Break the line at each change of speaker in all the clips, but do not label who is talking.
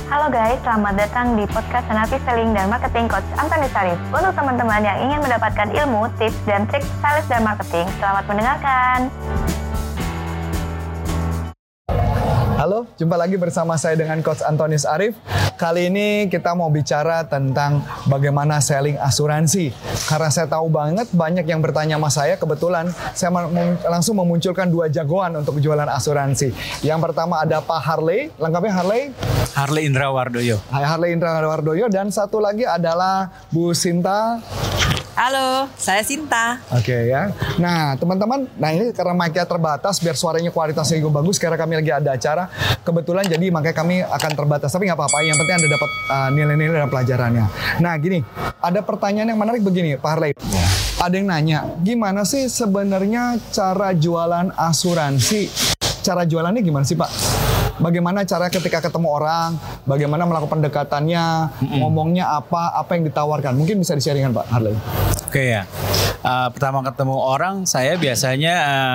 Halo guys, selamat datang di podcast Senapi Selling dan Marketing Coach Antoni Sarif. Untuk teman-teman yang ingin mendapatkan ilmu, tips, dan trik sales dan marketing, selamat mendengarkan.
Halo, jumpa lagi bersama saya dengan Coach Antoni Sarif. Kali ini kita mau bicara tentang bagaimana selling asuransi. Karena saya tahu banget banyak yang bertanya sama saya, kebetulan saya langsung memunculkan 2 jagoan untuk jualan asuransi. Yang pertama ada Pak Harley, lengkapnya Harley?
Harley Indra Wardoyo.
Harley Indra Wardoyo, dan satu lagi adalah Bu Sinta.
Halo, saya Sinta.
Oke ya. Nah teman-teman, ini karena mic-nya terbatas biar suaranya kualitasnya juga bagus. Karena kami lagi ada acara, kebetulan jadi makanya kami akan terbatas. Tapi nggak apa-apa, yang penting Anda dapat nilai-nilai dan pelajarannya. Nah gini, ada pertanyaan yang menarik begini Pak Harley. Ya. Ada yang nanya, gimana sih sebenarnya cara jualan asuransi? Cara jualannya gimana sih Pak? Bagaimana cara ketika ketemu orang, bagaimana melakukan pendekatannya, ngomongnya apa yang ditawarkan? Mungkin bisa di-sharingkan Pak Harley.
Oke ya, pertama ketemu orang saya biasanya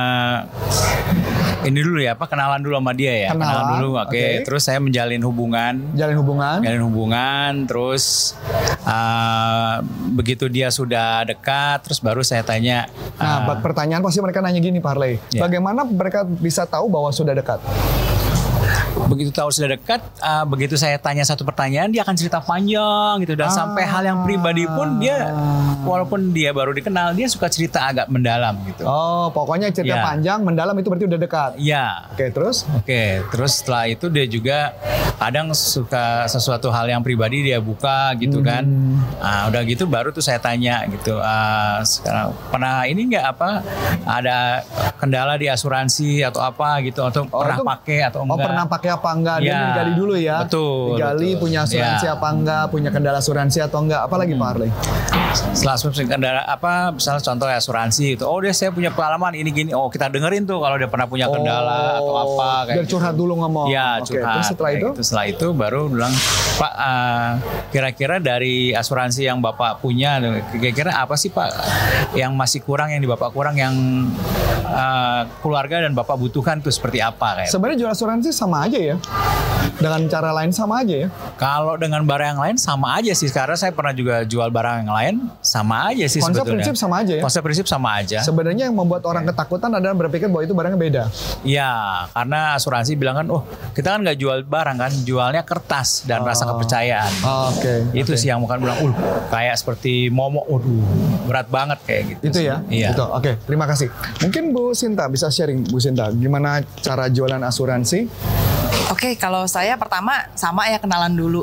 ini dulu ya, kenalan dulu sama dia ya. Kenalan dulu, oke. Terus saya menjalin hubungan. Jalin hubungan, terus begitu dia sudah dekat, terus baru saya tanya.
Nah, pertanyaan pasti mereka nanya gini Pak Harley, bagaimana mereka bisa tahu bahwa sudah dekat?
Begitu tahu sudah dekat, begitu saya tanya satu pertanyaan, dia akan cerita panjang gitu. Dan sampai hal yang pribadi pun dia, walaupun dia baru dikenal, dia suka cerita agak mendalam gitu.
Oh, pokoknya cerita panjang, mendalam itu berarti udah dekat.
Iya.
Oke, terus? Oke,
terus setelah itu dia juga kadang suka sesuatu hal yang pribadi dia buka gitu kan. Udah gitu baru tuh saya tanya gitu. Sekarang pernah ini nggak ada kendala di asuransi atau apa gitu, atau pernah pakai atau enggak?
Pernah pakai apa enggak? Dia digali dulu ya.
Betul.
Digali punya asuransi apa enggak, punya kendala asuransi atau enggak, apalagi Pak Harley?
Setelah kendala misalnya contoh asuransi itu, saya punya pengalaman ini gini. Oh, kita dengerin tuh kalau dia pernah punya kendala atau apa kayak
biar curhat dulu ngomong.
Ya, curhat.
Terus
setelah itu baru bilang, Pak, kira-kira dari asuransi yang Bapak punya, kira-kira apa sih Pak yang masih kurang, yang di Bapak kurang, yang keluarga dan Bapak butuhkan tuh seperti apa kayak?
Sebenarnya jual asuransi sama aja ya. Dengan cara lain sama aja ya.
Kalau dengan barang yang lain sama aja sih. Karena saya pernah juga jual barang yang lain, sama aja sih sebetulnya.
Konsep prinsip sama aja ya.
Konsep prinsip sama aja.
Sebenarnya yang membuat orang ketakutan adalah berpikir bahwa itu barangnya beda.
Iya, karena asuransi bilang kan, kita kan nggak jual barang kan, jualnya kertas dan rasa kepercayaan. Itu sih yang bukan bilang, kayak seperti momok, berat banget kayak gitu.
Itu ya.
Iya.
Itu. Oke, terima kasih. Mungkin Bu Sinta bisa sharing, Bu Sinta, gimana cara jualan asuransi?
Oke, kalau saya pertama sama ya kenalan dulu.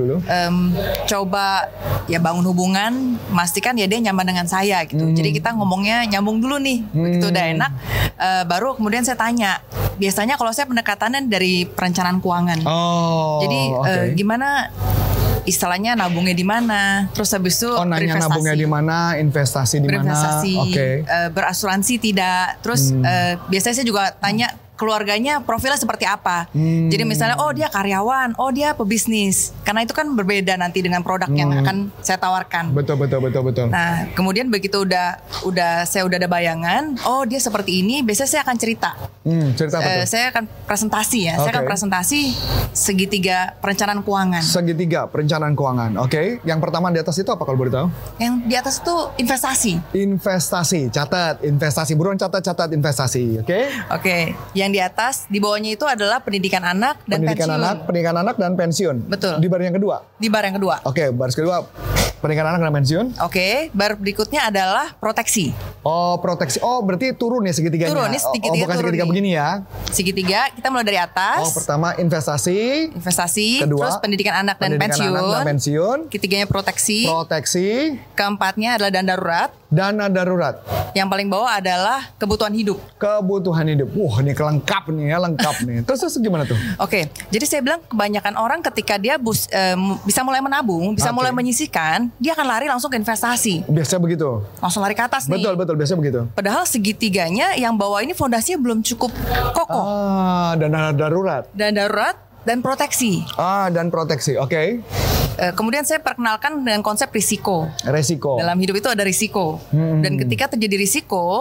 Coba ya bangun hubungan, pastikan ya dia nyaman dengan saya gitu. Jadi kita ngomongnya nyambung dulu nih, begitu udah enak. Baru kemudian saya tanya. Biasanya kalau saya pendekatannya dari perencanaan keuangan. Jadi gimana? Istilahnya nabungnya di mana, terus habis itu
nanya nabungnya di mana, investasi di mana,
berasuransi tidak, terus biasanya saya juga tanya keluarganya profilnya seperti apa. Jadi misalnya dia karyawan, dia pebisnis. Karena itu kan berbeda nanti dengan produk yang akan saya tawarkan.
Betul.
Nah, kemudian begitu saya udah ada bayangan, dia seperti ini, biasanya saya akan cerita.
Cerita apa tuh?
Saya akan presentasi ya. Saya akan presentasi segitiga perencanaan keuangan.
Segitiga perencanaan keuangan. Oke. Yang pertama di atas itu apa kalau boleh tahu?
Yang di atas itu investasi.
Investasi, catat investasi. Buruan catat investasi. Oke.
Yang di atas, di bawahnya itu adalah pendidikan anak dan pensiun.
Pendidikan anak dan pensiun.
Betul.
Di baris yang kedua?
Di baris yang kedua.
Oke, baris kedua pendidikan anak dan pensiun.
Oke, baris berikutnya adalah proteksi.
Proteksi. Berarti turun ya segitiganya?
Turun, ini segitiga
bukan segitiga begini ya?
Segitiga, kita mulai dari atas.
Pertama investasi.
Kedua, terus pendidikan anak dan pensiun. Ketiganya proteksi. Keempatnya adalah dana darurat. Yang paling bawah adalah kebutuhan hidup.
Wah, ini lengkap nih. Terus gimana tuh?
Oke, jadi saya bilang kebanyakan orang ketika dia bisa mulai menabung, bisa mulai menyisihkan, dia akan lari langsung ke investasi.
Biasanya begitu.
Langsung lari ke atas nih.
Betul, biasanya begitu.
Padahal segitiganya yang bawah ini fondasinya belum cukup kokoh.
Dana darurat.
Dan proteksi.
Dan proteksi, oke.
Kemudian saya perkenalkan dengan konsep risiko.
Risiko.
Dalam hidup itu ada risiko. Dan ketika terjadi risiko,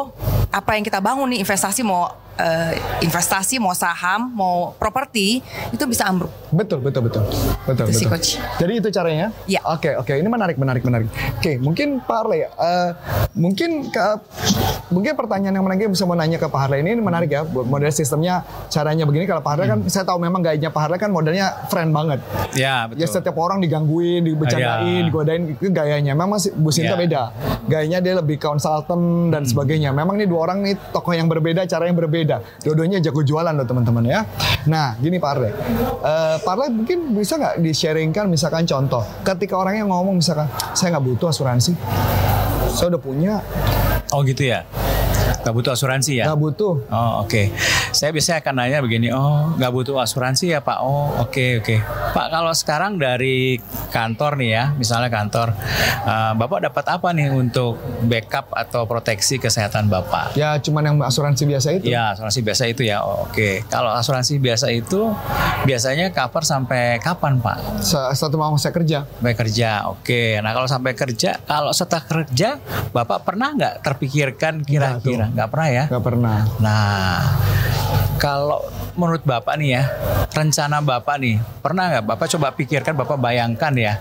apa yang kita bangun nih, investasi mau saham mau properti itu bisa ambruk.
Betul.
Itu sih, Coach.
Jadi itu caranya?
Ya.
Oke. Ini menarik. Oke, mungkin Pak Harley, mungkin pertanyaan yang menarik bisa mau nanya ke Pak Harley ini menarik ya. Model sistemnya caranya begini. Kalau Pak Harley kan saya tahu memang gayanya Pak Harley kan modelnya friend banget.
Ya, betul.
Ya setiap orang digangguin, dibercandain, digodain, itu gayanya. Memang Bu Sinta beda. Gayanya dia lebih konsultan dan sebagainya. Memang nih dua orang nih tokoh yang berbeda, cara yang berbeda. Dua-duanya jago jualan loh teman-teman ya. Nah gini Pak Harley, Pak Harley mungkin bisa nggak di-sharingkan misalkan contoh, ketika orang yang ngomong misalkan saya nggak butuh asuransi, saya udah punya.
Oh gitu ya. Gak butuh asuransi ya?
Gak butuh.
Oh oke. Saya biasanya akan nanya begini, gak butuh asuransi ya Pak? Oh oke. Pak, kalau sekarang dari kantor nih ya, misalnya kantor, Bapak dapat apa nih untuk backup atau proteksi kesehatan Bapak?
Ya cuman yang asuransi biasa itu.
Ya asuransi biasa itu ya, oke. Kalau asuransi biasa itu biasanya cover sampai kapan Pak?
Satu mau saya kerja.
Sampai kerja, oke. Nah kalau sampai kerja, kalau setelah kerja, Bapak pernah nggak terpikirkan kira-kira? Nggak pernah ya?
Nggak pernah.
Nah, kalau menurut Bapak nih ya, rencana Bapak nih, pernah nggak Bapak coba pikirkan, Bapak bayangkan ya,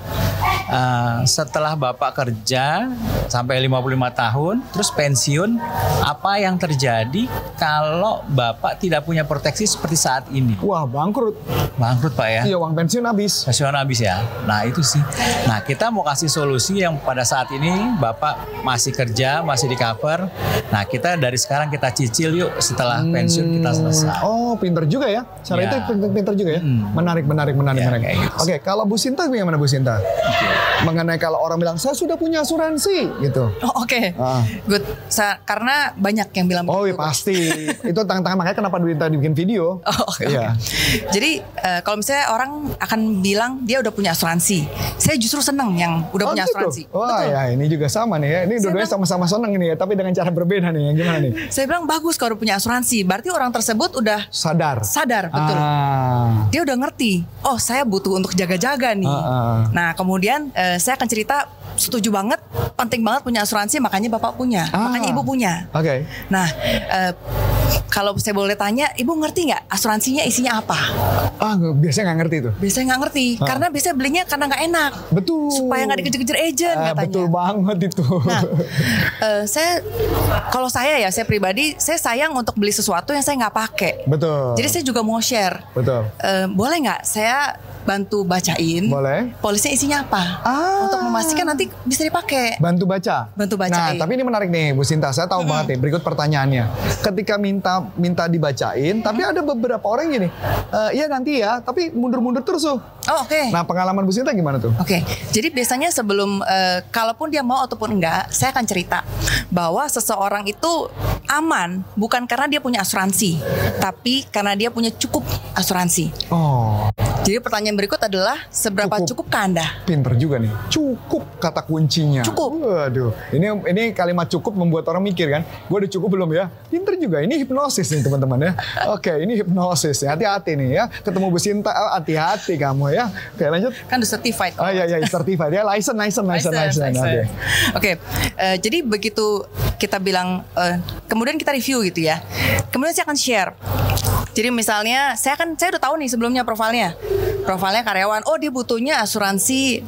setelah Bapak kerja sampai 55 tahun, terus pensiun, apa yang terjadi kalau Bapak tidak punya proteksi seperti saat ini?
Wah, bangkrut.
Bangkrut Pak ya?
Iya, uang pensiun habis.
Pensiun habis ya. Nah itu sih. Nah kita mau kasih solusi yang pada saat ini Bapak masih kerja, masih di cover. Nah kita dari sekarang kita cicil yuk setelah pensiun kita selesai.
Oh, pinter juga ya. Cara itu pinter juga ya. Menarik.
Gitu.
Oke, kalau Bu Sinta gimana Bu Sinta? Mengenai kalau orang bilang saya sudah punya asuransi gitu.
Oh, oke. Good. Karena banyak yang bilang
begitu. Oh iya pasti. Itu tantangan, makanya kenapa Bu Sinta bikin video.
Iya. Jadi kalau misalnya orang akan bilang dia udah punya asuransi, saya justru seneng yang udah punya
gitu?
asuransi.
Wah ya ini juga sama nih ya. Ini dua-duanya sama-sama seneng ini ya, tapi dengan cara berbeda nih. Yang gimana nih?
Saya bilang bagus kalau udah punya asuransi. Berarti orang tersebut udah sadar, betul. Dia udah ngerti. Oh, saya butuh untuk jaga-jaga nih. Nah, kemudian saya akan cerita, setuju banget, penting banget punya asuransi, makanya Bapak punya, makanya Ibu punya.
Oke.
Nah, kalau saya boleh tanya, Ibu ngerti nggak asuransinya isinya apa?
Biasanya nggak ngerti tuh.
Biasanya nggak ngerti, karena biasanya belinya karena nggak enak.
Betul.
Supaya nggak dikejar-kejar agent katanya.
Betul banget itu. Nah,
kalau saya pribadi, saya sayang untuk beli sesuatu yang saya nggak pakai.
Betul.
Jadi saya juga mau share.
Betul.
Boleh nggak saya bantu bacain?
Boleh.
Polisnya isinya apa? Untuk memastikan nanti bisa dipakai.
Bantu bacain. Nah, tapi ini menarik nih Bu Sinta. Saya tahu banget nih. Berikut pertanyaannya. Ketika minta dibacain, tapi ada beberapa orang gini, iya nanti ya, tapi mundur-mundur terus tuh.
Oh, oke.
Nah, pengalaman Bu Sinta gimana tuh?
Oke. Jadi biasanya sebelum kalaupun dia mau ataupun enggak, saya akan cerita bahwa seseorang itu aman bukan karena dia punya asuransi, tapi karena dia punya cukup asuransi.
Oh.
Jadi pertanyaan berikut adalah seberapa cukupkah Anda?
Pinter juga nih. Cukup kata kuncinya.
Cukup.
Waduh. Ini kalimat cukup membuat orang mikir kan. Gue udah cukup belum ya? Pinter juga. Ini hipnosis nih teman-teman ya. Oke, ini hipnosis. Hati-hati nih ya. Ketemu Bu Sinta, hati-hati kamu ya. Oke, lanjut.
Kan udah certified.
Oh iya, certified ya. License.
Oke. Jadi begitu kita bilang, kemudian kita review gitu ya. Kemudian saya akan share. Jadi misalnya saya udah tahu nih sebelumnya profilnya karyawan. Oh, dia butuhnya asuransi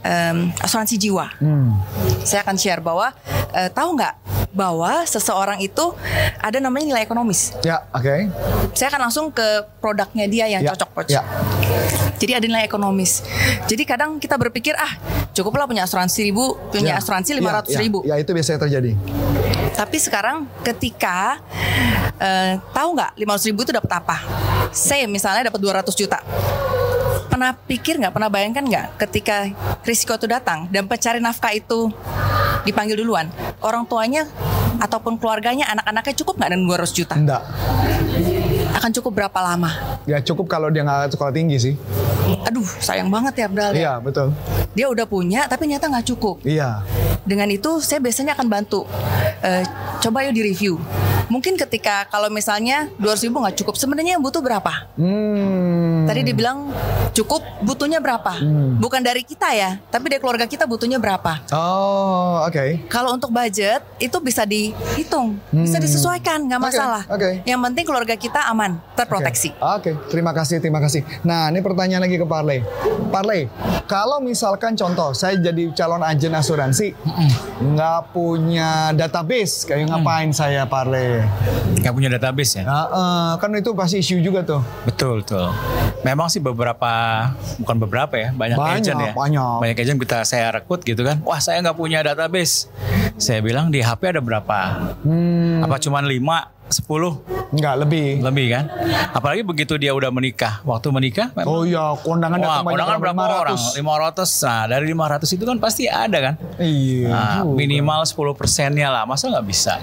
jiwa. Saya akan share bahwa tahu nggak bahwa seseorang itu ada namanya nilai ekonomis.
Ya, oke.
Saya akan langsung ke produknya dia yang cocok, Coach. Ya. Jadi ada nilai ekonomis. Jadi kadang kita berpikir cukuplah punya asuransi 1.000, punya asuransi 500.000.
Ya, itu biasanya terjadi.
Tapi sekarang ketika tahu nggak 500.000 itu dapat apa? Saya misalnya dapat 200 juta. Pernah pikir nggak, pernah bayangkan nggak ketika risiko itu datang dan pencari nafkah itu dipanggil duluan, orang tuanya ataupun keluarganya, anak-anaknya cukup nggak dengan 200 juta?
Enggak.
Akan cukup berapa lama?
Ya cukup kalau dia nggak sekolah tinggi sih.
Aduh, sayang banget ya Abdal.
Iya, betul.
Dia udah punya tapi ternyata nggak cukup.
Iya.
Dengan itu saya biasanya akan bantu. Coba yuk direview. Mungkin ketika kalau misalnya 200.000 nggak cukup, sebenarnya yang butuh berapa? Tadi dibilang cukup, butuhnya berapa? Bukan dari kita ya, tapi dari keluarga kita butuhnya berapa.
Oh, oke.
Kalau untuk budget itu bisa dihitung, bisa disesuaikan, nggak masalah.
Oke.
Yang penting keluarga kita aman, terproteksi.
Oke, terima kasih. Nah, ini pertanyaan lagi ke Parley. Parley, kalau misalkan contoh, saya jadi calon agen asuransi, nggak punya database, kayak ngapain saya Parley?
Nggak punya database ya?
Kan itu pasti isu juga tuh.
Betul. Memang sih bukan beberapa ya, banyak agent ya. Banyak agent saya rekrut gitu kan. Wah, saya nggak punya database. Saya bilang di HP ada berapa? Apa cuma 5, 10?
Enggak, lebih
kan? Apalagi begitu dia udah menikah. Waktu menikah memang,
oh iya, kondangan datang banyak,
kondangan berapa orang? 500. Nah, dari 500 itu kan pasti ada kan?
Iya.
Nah, minimal 10%-nya lah. Masa nggak bisa?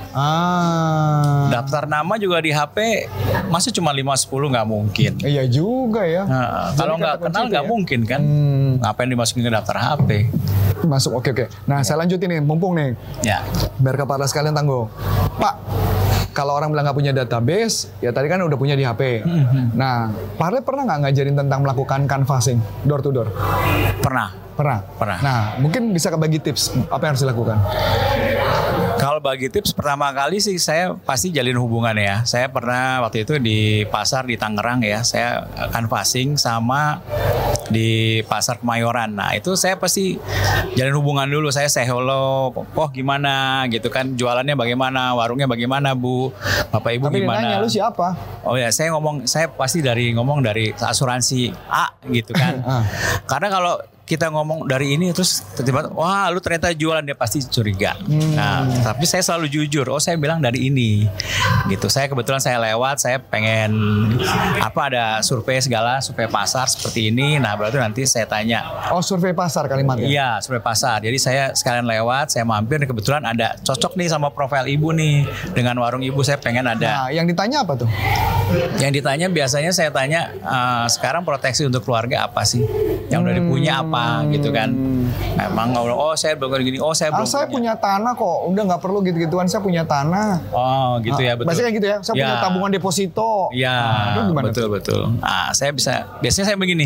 Daftar nama juga di HP, masa cuma 5-10 nggak mungkin.
Iya juga ya.
Nah, kalau nggak kenal nggak mungkin kan? Ngapain dimasukin ke daftar HP?
Masuk, oke. Nah, saya lanjutin nih, mumpung nih.
Ya.
Biar kepala sekalian tanggung. Pak, kalau orang bilang nggak punya database, ya tadi kan udah punya di HP. Nah, Parley pernah nggak ngajarin tentang melakukan canvassing door to door?
Pernah.
Nah, mungkin bisa kebagi tips apa yang harus dilakukan?
Kalau bagi tips, pertama kali sih saya pasti jalin hubungan ya. Saya pernah waktu itu di pasar di Tangerang ya, saya canvassing sama di pasar Kemayoran. Nah, itu saya pasti jalin hubungan dulu. Saya say hello, gimana gitu kan, jualannya bagaimana, warungnya bagaimana Bu, Bapak Ibu
tapi
gimana.
Tapi nanya lu siapa?
Oh ya, saya pasti ngomong dari asuransi A gitu kan. Karena kalau kita ngomong dari ini terus tiba-tiba wah lu ternyata jualan, dia pasti curiga. Nah, tapi saya selalu jujur. Oh, saya bilang dari ini. Gitu. Kebetulan saya lewat, saya pengen ada survei pasar seperti ini. Nah, berarti nanti saya tanya.
Oh, survei pasar kalimatnya.
Iya, survei pasar. Jadi saya sekalian lewat, saya mampir, kebetulan ada cocok nih sama profil ibu nih dengan warung ibu, saya pengen ada.
Nah, yang ditanya apa tuh?
Yang ditanya biasanya saya tanya sekarang proteksi untuk keluarga apa sih? Yang udah dipunya apa gitu kan. Memang saya belum gini, saya belum
saya punya tanah kok, udah nggak perlu gitu-gituan, saya punya tanah.
Oh gitu ya, betul.
Biasanya gitu ya, saya punya tabungan deposito.
Iya, betul. Biasanya saya begini,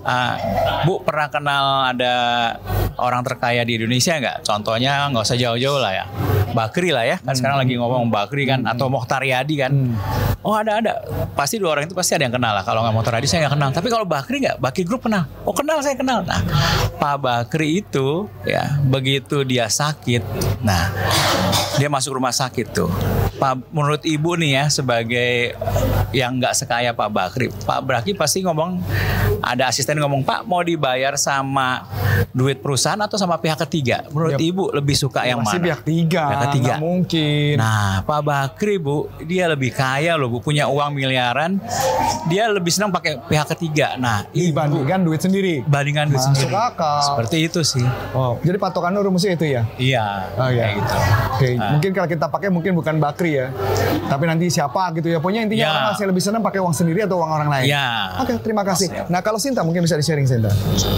Bu pernah kenal ada orang terkaya di Indonesia nggak? Contohnya nggak usah jauh-jauh lah ya, Bakri lah ya, kan sekarang lagi ngomong Bakri kan, atau Mokhtar Yadi kan. Oh ada, pasti dua orang itu pasti ada yang kenal lah. Kalau nggak Mokhtar Yadi saya nggak kenal, tapi kalau Bakri nggak, Bakri Group kenal. Oh kenal, saya kenal. Nah, Pak Bakri itu ya begitu dia sakit, nah dia masuk rumah sakit tuh. Menurut ibu nih ya, sebagai yang nggak sekaya Pak Bakri pasti ngomong, ada asisten ngomong, Pak mau dibayar sama duit perusahaan atau sama pihak ketiga? Menurut ibu lebih suka yang mana?
Pasti pihak ketiga. Nggak mungkin.
Nah, Pak Bakri Bu, dia lebih kaya loh Bu, punya uang miliaran, dia lebih senang pakai pihak ketiga. Nah,
dibandingkan duit sendiri.
Masuk
akal.
Seperti itu sih.
Oh, jadi patokan lu rumusnya itu ya?
Iya.
Oh iya.
Gitu.
Oke. Mungkin kalau kita pakai mungkin bukan Bakri ya, tapi nanti siapa gitu ya. Pokoknya intinya orang masih lebih senang pakai uang sendiri atau uang orang lain.
Iya.
Oke, terima kasih. Nah, kalau Sinta mungkin bisa di-sharing Sinta.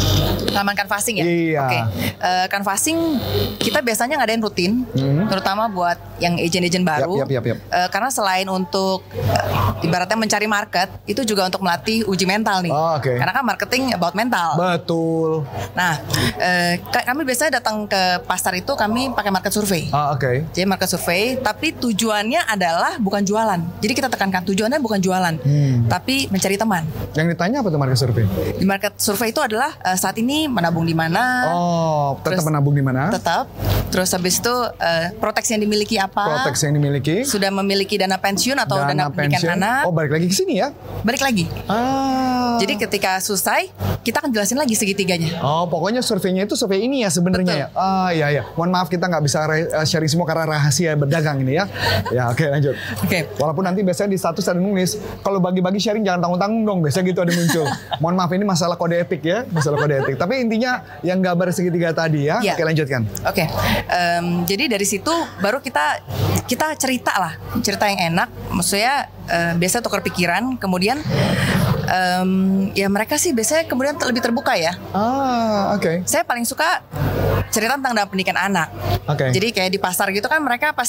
Taman canvassing ya?
Iya.
Oke. Canvassing kita biasanya ngadain rutin, terutama buat yang agent-agent baru.
Yap.
Karena selain untuk ibaratnya mencari market, itu juga untuk melatih uji mental nih.
Oh, okay.
Karena kan marketing about mental.
Betul.
Nah, kami biasanya datang ke pasar itu kami pakai market survey.
Oke.
Jadi market survey, tapi tujuannya adalah bukan jualan. Jadi kita tekankan tujuannya bukan jualan, tapi mencari teman.
Yang ditanya apa tuh market survey?
Di market survey itu adalah saat ini menabung di mana?
Oh, tetap menabung di mana?
Tetap. Terus habis itu proteksi yang dimiliki apa?
Proteksi yang dimiliki.
Sudah memiliki dana pensiun atau dana pendidikan anak?
Oh, balik lagi ke sini ya?
Balik lagi. Jadi ketika selesai, kita akan jelasin lagi segitiganya.
Oh, pokoknya surveinya itu survei ini ya sebenarnya ya. Iya. Mohon maaf kita nggak bisa sharing semua karena rahasia berdagang ini ya. Ya, oke, lanjut.
Oke.
Walaupun nanti biasanya di status ada nulis, kalau bagi-bagi sharing jangan tanggung-tanggung dong. Biasanya gitu ada muncul. Mohon maaf ini masalah kode etik ya, masalah kode etik. Tapi intinya yang gambar segitiga tadi ya. Oke, lanjutkan.
Oke. Jadi dari situ baru kita cerita lah, cerita yang enak. Maksudnya biasa tukar pikiran, kemudian ya mereka sih biasanya kemudian lebih terbuka ya.
Oke.
Saya paling suka cerita tentang dalam pendidikan anak.
Oke.
Jadi kayak di pasar gitu kan mereka pasti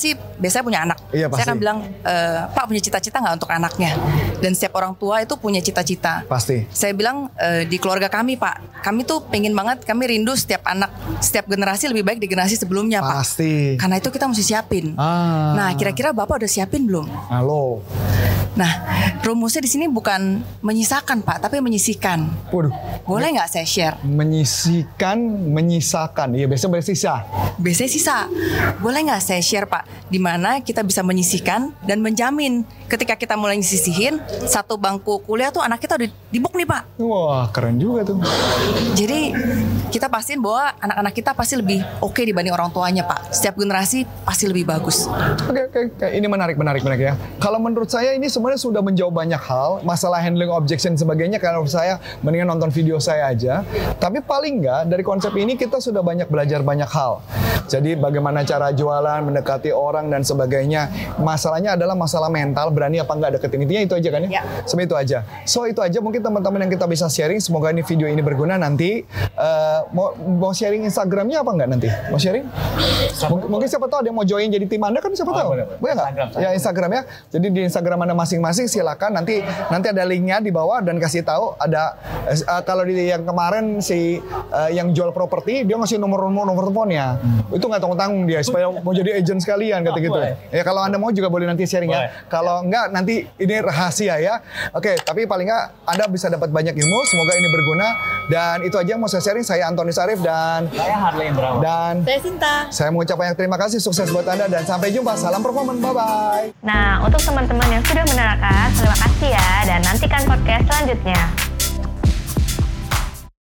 biasanya punya anak.
Iya,
Saya akan
pasti.
bilang, Pak punya cita-cita nggak untuk anaknya? Dan setiap orang tua itu punya cita-cita.
Pasti.
Saya bilang di keluarga kami Pak, kami tuh pengen banget, kami rindu setiap anak, setiap generasi lebih baik di generasi sebelumnya Pak.
Pasti.
Karena itu kita mesti siapin. Nah, kira-kira Bapak udah siapin belum?
Halo.
Nah, rumusnya di sini bukan menyisakan Pak, tapi menyisihkan.
Waduh.
Boleh nggak saya share?
Menyisakan. Iya, biasanya bersisa.
Biasanya sisa. Boleh nggak saya share Pak? Di mana kita bisa menyisihkan dan menjamin ketika kita mulai nyisihin, satu bangku kuliah tuh anak kita udah di book nih Pak.
Wah, keren juga tuh.
Jadi kita pastiin bahwa anak-anak kita pasti lebih oke dibanding orang tuanya Pak. Setiap generasi pasti lebih bagus.
Oke. Ini menarik ya. Kalau menurut saya ini sebenarnya sudah menjawab banyak hal. Masalah handling objection sebagainya, kalau saya mendingan nonton video saya aja. Tapi paling nggak dari konsep ini kita sudah banyak belajar banyak hal. Jadi bagaimana cara jualan, mendekati orang dan sebagainya. Masalahnya adalah masalah mental, berani apa nggak deketin. Intinya itu aja kan ya?
Ya.
Sebenarnya itu aja. So itu aja mungkin teman-teman yang kita bisa sharing. Semoga ini video ini berguna nanti. Mau sharing Instagramnya apa nggak nanti? Mau sharing? Mungkin siapa tahu ada yang mau join jadi tim Anda kan siapa tahu? Boleh nggak? Ya Instagram ya. Jadi di Instagram Anda masing-masing silakan nanti ada linknya di bawah dan kasih tahu ada kalau di yang kemarin yang jual properti dia ngasih nomor teleponnya. Itu nggak tanggung-tanggung dia supaya mau jadi agent sekalian kata gitu. Ya kalau Anda mau juga boleh nanti sharing ya. Kalau enggak nanti ini rahasia ya. Oke, tapi paling nggak Anda bisa dapat banyak ilmu. Semoga ini berguna dan itu aja yang mau saya sharing. Saya Antonius Arif dan
Saya Harley Indrawan.
Saya Sinta.
Saya mengucap banyak terima kasih, sukses buat Anda dan sampai jumpa. Salam performan, bye-bye.
Nah, untuk teman-teman yang sudah menerangkan, terima kasih ya dan nantikan podcast selanjutnya.